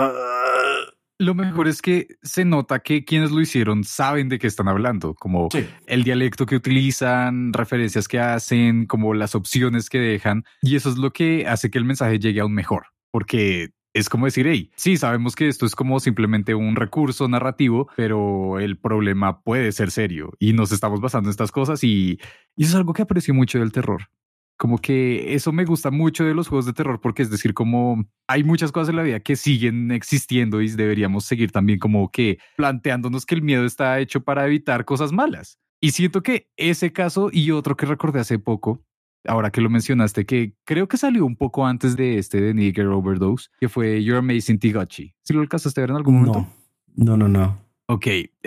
Lo mejor es que se nota que quienes lo hicieron saben de qué están hablando, como el dialecto que utilizan, referencias que hacen, como las opciones que dejan. Y eso es lo que hace que el mensaje llegue aún mejor, porque es como decir, hey, sí, sabemos que esto es como simplemente un recurso narrativo, pero el problema puede ser serio y nos estamos basando en estas cosas y eso es algo que aprecio mucho del terror. Como que eso me gusta mucho de los juegos de terror porque es decir, como hay muchas cosas en la vida que siguen existiendo y deberíamos seguir también como que planteándonos que el miedo está hecho para evitar cosas malas. Y siento que ese caso y otro que recordé hace poco, ahora que lo mencionaste, que creo que salió un poco antes de este de Nigger Overdose, que fue Your Amazing Tigachi. ¿Sí lo alcanzaste a ver en algún momento? No. Ok,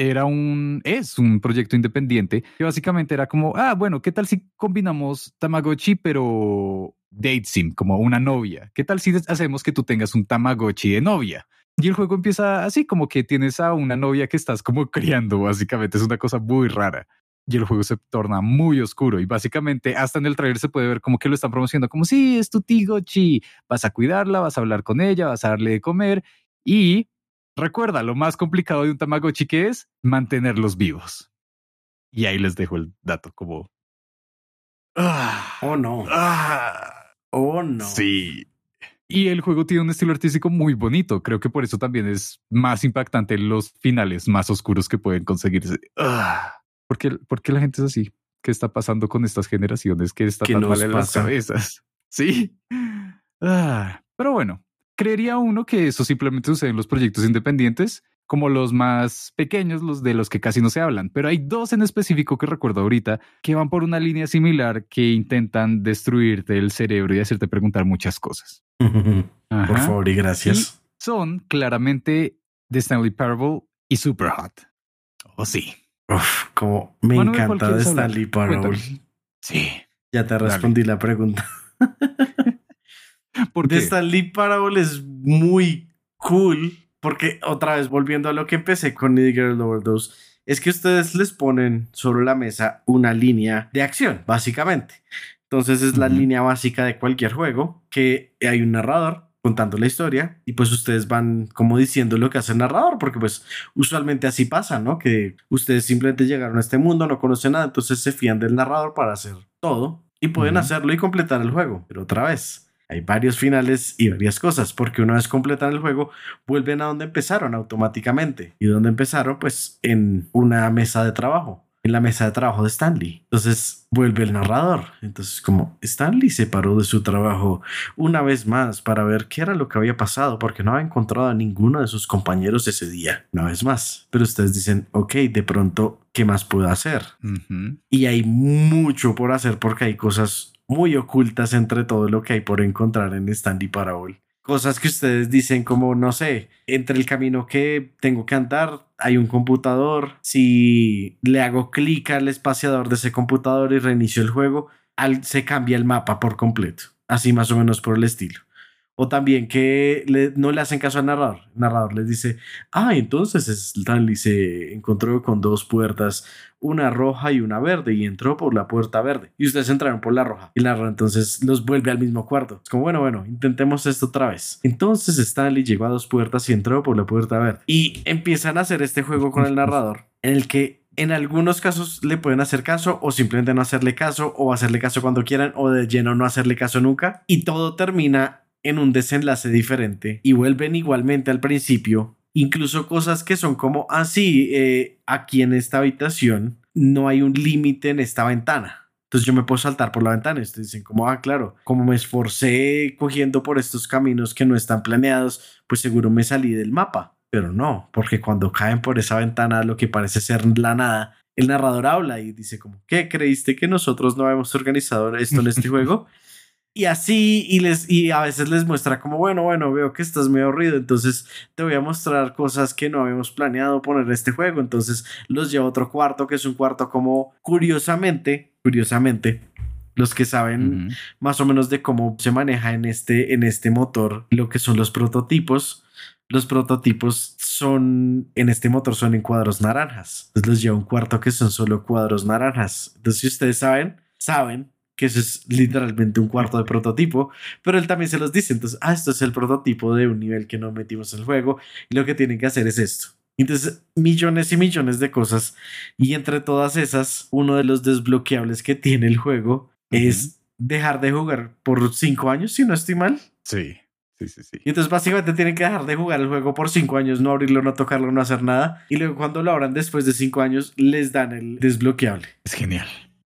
es un proyecto independiente que básicamente era como, bueno, ¿qué tal si combinamos Tamagotchi pero date sim, como una novia? ¿Qué tal si hacemos que tú tengas un Tamagotchi de novia? Y el juego empieza así, como que tienes a una novia que estás como criando, básicamente es una cosa muy rara. Y el juego se torna muy oscuro y básicamente hasta en el trailer se puede ver como que lo están promocionando como, sí, es tu Tigochi, vas a cuidarla, vas a hablar con ella, vas a darle de comer y... Recuerda, lo más complicado de un Tamagotchi que es mantenerlos vivos. Y ahí les dejo el dato como... Oh, no. Oh, no. Sí. Y el juego tiene un estilo artístico muy bonito. Creo que por eso también es más impactante los finales más oscuros que pueden conseguirse. ¿Por qué la gente es así? ¿Qué está pasando con estas generaciones que está tan mal en las cabezas? Sí. Pero bueno. Creería uno que eso simplemente sucede en los proyectos independientes, como los más pequeños, los de los que casi no se hablan. Pero hay dos en específico que recuerdo ahorita que van por una línea similar que intentan destruirte el cerebro y hacerte preguntar muchas cosas. Por favor y gracias. Y son claramente The Stanley Parable y Superhot. Oh, sí. Como me encanta The Stanley Parable. Cuéntame. Sí. Ya te respondí la pregunta. ¿Por qué? The Stanley Parable es muy cool porque otra vez volviendo a lo que empecé con Needy Girl Overdose, es que ustedes les ponen sobre la mesa una línea de acción, básicamente. Entonces es la línea básica de cualquier juego, que hay un narrador contando la historia y pues ustedes van como diciendo lo que hace el narrador, porque pues usualmente así pasa, ¿no? Que ustedes simplemente llegaron a este mundo, no conocen nada, entonces se fían del narrador para hacer todo y pueden hacerlo y completar el juego. Pero otra vez, hay varios finales y varias cosas, porque una vez completan el juego, vuelven a donde empezaron automáticamente. ¿Y donde empezaron? Pues en una mesa de trabajo. en la mesa de trabajo de Stanley. Entonces vuelve el narrador. Entonces como Stanley se paró de su trabajo una vez más para ver qué era lo que había pasado porque no había encontrado a ninguno de sus compañeros ese día. Una vez más. Pero ustedes dicen, ok, de pronto, ¿qué más puedo hacer? Y hay mucho por hacer porque hay cosas muy ocultas entre todo lo que hay por encontrar en Stanley Parable. Cosas que ustedes dicen como, no sé, entre el camino que tengo que andar hay un computador. Si le hago clic al espaciador de ese computador y reinicio el juego, se cambia el mapa por completo. Así más o menos por el estilo. O también que no le hacen caso al narrador. El narrador les dice, entonces Stanley se encontró con dos puertas, una roja y una verde, y entró por la puerta verde. Y ustedes entraron por la roja. Y el narrador entonces los vuelve al mismo cuarto. Es como, bueno, intentemos esto otra vez. Entonces Stanley llegó a dos puertas y entró por la puerta verde. Y empiezan a hacer este juego con el narrador, en el que en algunos casos le pueden hacer caso o simplemente no hacerle caso o hacerle caso cuando quieran o de lleno no hacerle caso nunca. Y todo termina en un desenlace diferente y vuelven igualmente al principio, incluso cosas que son como aquí en esta habitación no hay un límite en esta ventana, entonces yo me puedo saltar por la ventana. Y ustedes dicen como, claro, como me esforcé cogiendo por estos caminos que no están planeados, pues seguro me salí del mapa, pero no, porque cuando caen por esa ventana lo que parece ser la nada, el narrador habla y dice como, ¿qué creíste que nosotros no habíamos organizado esto en este juego? Y así, y a veces les muestra como, bueno, veo que estás medio aburrido, entonces te voy a mostrar cosas que no habíamos planeado poner en este juego. Entonces los lleva a otro cuarto, que es un cuarto como, curiosamente, los que saben más o menos de cómo se maneja en este motor, lo que son los prototipos en este motor son en cuadros naranjas. Entonces los lleva a un cuarto que son solo cuadros naranjas. Entonces si ustedes saben que eso es literalmente un cuarto de prototipo, pero él también se los dice. Entonces, esto es el prototipo de un nivel que no metimos en el juego y lo que tienen que hacer es esto. Entonces, millones y millones de cosas, y entre todas esas, uno de los desbloqueables que tiene el juego es dejar de jugar por 5 años, si no estoy mal. Sí. Y entonces básicamente tienen que dejar de jugar el juego por 5 años, no abrirlo, no tocarlo, no hacer nada, y luego cuando lo abran después de 5 años les dan el desbloqueable. Es genial.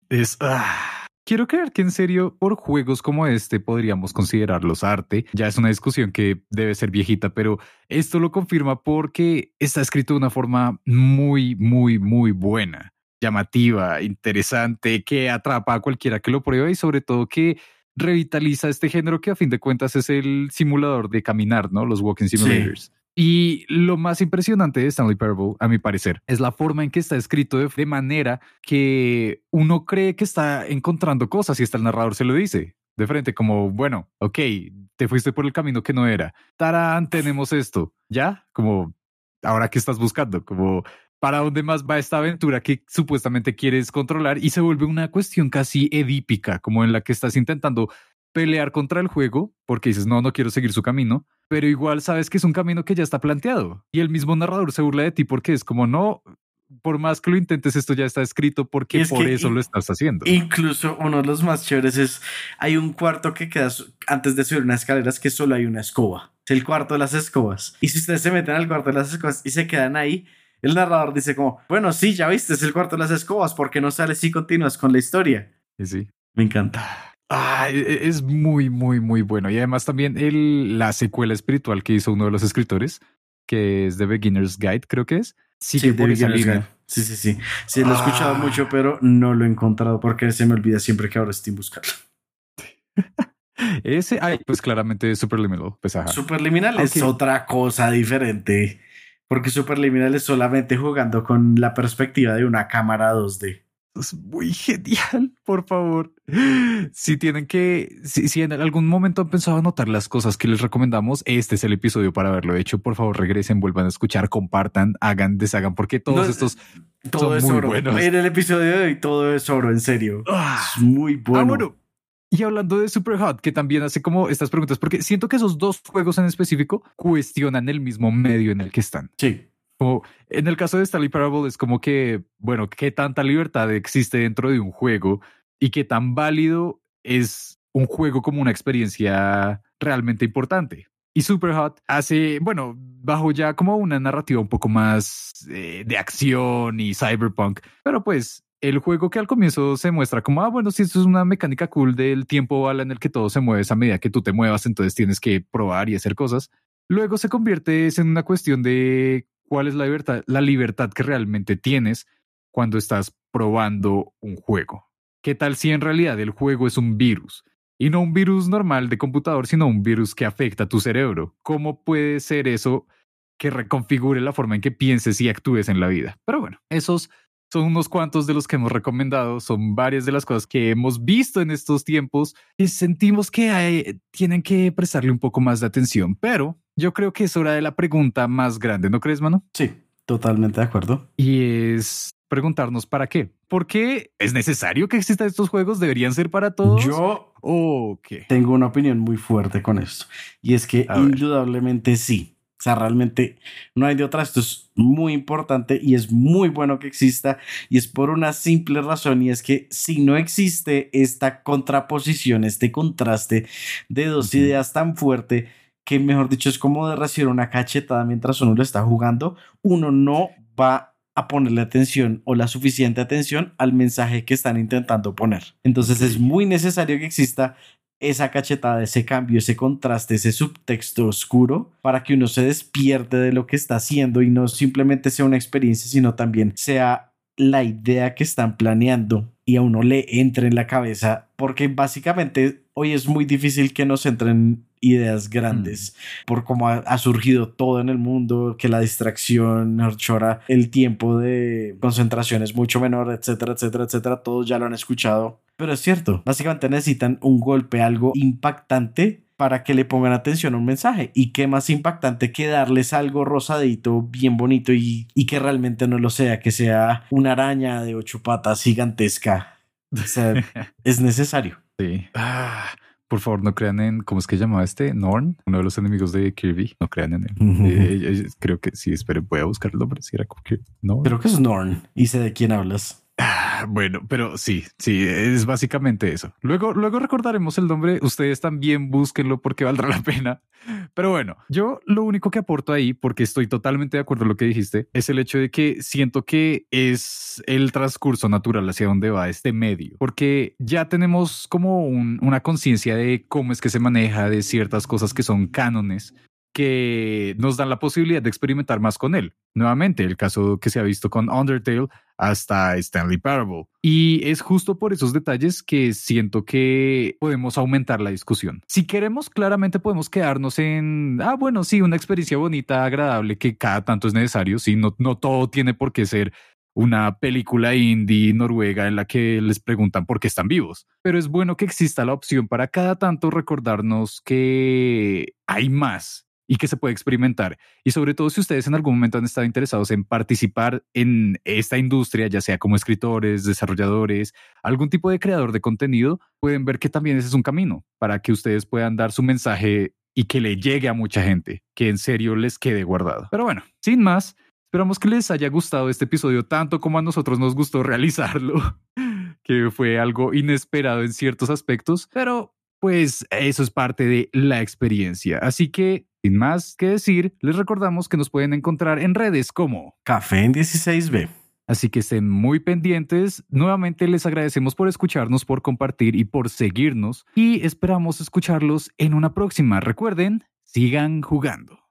Quiero creer que en serio por juegos como este podríamos considerarlos arte. Ya es una discusión que debe ser viejita, pero esto lo confirma porque está escrito de una forma muy, muy, muy buena, llamativa, interesante, que atrapa a cualquiera que lo pruebe y sobre todo que revitaliza este género que a fin de cuentas es el simulador de caminar, ¿no? Los walking simulators. Sí. Y lo más impresionante de Stanley Parable, a mi parecer, es la forma en que está escrito de manera que uno cree que está encontrando cosas y hasta el narrador se lo dice de frente, como, bueno, ok, te fuiste por el camino que no era. Tarán, tenemos esto. ¿Ya? Como, ¿ahora qué estás buscando? Como, ¿para dónde más va esta aventura que supuestamente quieres controlar? Y se vuelve una cuestión casi edípica, como en la que estás intentando pelear contra el juego porque dices, no quiero seguir su camino, pero igual sabes que es un camino que ya está planteado y el mismo narrador se burla de ti porque es como, no, por más que lo intentes, esto ya está escrito porque por eso lo estás haciendo. Incluso uno de los más chéveres es, hay un cuarto que queda antes de subir unas escaleras que solo hay una escoba, es el cuarto de las escobas, y si ustedes se meten al cuarto de las escobas y se quedan ahí, el narrador dice como, bueno, sí, ya viste, es el cuarto de las escobas, ¿por qué no sales si continúas con la historia? Sí. Me encanta. Es muy, muy, muy bueno. Y además también la secuela espiritual que hizo uno de los escritores, que es The Beginner's Guide, creo que es. Sigue por esa línea. Sí. Sí, lo he escuchado mucho, pero no lo he encontrado porque se me olvida siempre que ahora Steam buscarlo. Ese, pues claramente Superliminal. Pues, Superliminal es otra cosa diferente. Porque Superliminal es solamente jugando con la perspectiva de una cámara 2D. Es muy genial, por favor. Si en algún momento han pensado anotar las cosas que les recomendamos, este es el episodio para haberlo hecho. Por favor, regresen, vuelvan a escuchar, compartan, hagan, porque todos estos todo son muy oro. Buenos. En el episodio de hoy todo es oro, en serio. Es muy bueno. Bueno. Y hablando de Superhot, que también hace como estas preguntas, porque siento que esos dos juegos en específico cuestionan el mismo medio en el que están. Sí. Como en el caso de Stanley Parable es como que, bueno, qué tanta libertad existe dentro de un juego y qué tan válido es un juego como una experiencia realmente importante. Y Superhot hace, bueno, bajo ya como una narrativa un poco más de acción y cyberpunk, pero pues el juego que al comienzo se muestra como, bueno, sí, esto es una mecánica cool del tiempo bala en el que todo se mueve a medida que tú te muevas, entonces tienes que probar y hacer cosas. Luego se convierte en una cuestión de cuál es la libertad que realmente tienes cuando estás probando un juego. ¿Qué tal si en realidad el juego es un virus? Y no un virus normal de computador, sino un virus que afecta a tu cerebro. ¿Cómo puede ser eso que reconfigure la forma en que pienses y actúes en la vida? Pero bueno, esos son unos cuantos de los que hemos recomendado, son varias de las cosas que hemos visto en estos tiempos y sentimos que tienen que prestarle un poco más de atención, pero yo creo que es hora de la pregunta más grande, ¿no crees, mano? Sí, totalmente de acuerdo. Y es preguntarnos para qué. ¿Por qué es necesario que existan estos juegos? ¿Deberían ser para todos? Yo ¿qué? tengo una opinión muy fuerte con esto y es que indudablemente sí. O sea, realmente no hay de otra. Esto es muy importante y es muy bueno que exista y es por una simple razón, y es que si no existe esta contraposición, este contraste de dos ideas tan fuerte, que mejor dicho es como de recibir una cachetada mientras uno lo está jugando, uno no va a ponerle atención o la suficiente atención al mensaje que están intentando poner. Entonces es muy necesario que exista esa cachetada, ese cambio, ese contraste, ese subtexto oscuro para que uno se despierte de lo que está haciendo y no simplemente sea una experiencia, sino también sea la idea que están planeando y a uno le entre en la cabeza, porque básicamente hoy es muy difícil que nos entren ideas grandes por cómo ha surgido todo en el mundo, que la distracción, ahora el tiempo de concentración es mucho menor, etcétera, etcétera, etcétera. Todos ya lo han escuchado, pero es cierto, básicamente necesitan un golpe, algo impactante para que le pongan atención a un mensaje. Y qué más impactante que darles algo rosadito, bien bonito y que realmente no lo sea, que sea una araña de 8 patas gigantesca. O sea, es necesario. Sí. Por favor, no crean en, ¿cómo es que llamaba este? Norn, uno de los enemigos de Kirby. No crean en él. Creo que sí, esperen, voy a buscarlo, pero si era como que no. Creo que es Norn y sé de quién hablas. Bueno, pero sí, es básicamente eso. Luego recordaremos el nombre. Ustedes también búsquenlo porque valdrá la pena. Pero bueno, yo lo único que aporto ahí, porque estoy totalmente de acuerdo con lo que dijiste, es el hecho de que siento que es el transcurso natural hacia donde va este medio, porque ya tenemos como una conciencia de cómo es que se maneja, de ciertas cosas que son cánones, que nos dan la posibilidad de experimentar más con él. Nuevamente, el caso que se ha visto con Undertale hasta Stanley Parable. Y es justo por esos detalles que siento que podemos aumentar la discusión. Si queremos, claramente podemos quedarnos en, bueno, sí, una experiencia bonita, agradable, que cada tanto es necesario. Sí, no todo tiene por qué ser una película indie noruega en la que les preguntan por qué están vivos. Pero es bueno que exista la opción para cada tanto recordarnos que hay más y que se puede experimentar. Y sobre todo si ustedes en algún momento han estado interesados en participar en esta industria, ya sea como escritores, desarrolladores, algún tipo de creador de contenido, pueden ver que también ese es un camino para que ustedes puedan dar su mensaje y que le llegue a mucha gente, que en serio les quede guardado. Pero bueno, sin más, esperamos que les haya gustado este episodio tanto como a nosotros nos gustó realizarlo, que fue algo inesperado en ciertos aspectos, pero pues eso es parte de la experiencia. Así que, sin más que decir, les recordamos que nos pueden encontrar en redes como Café en 16B. Así que estén muy pendientes. Nuevamente les agradecemos por escucharnos, por compartir y por seguirnos. Y esperamos escucharlos en una próxima. Recuerden, sigan jugando.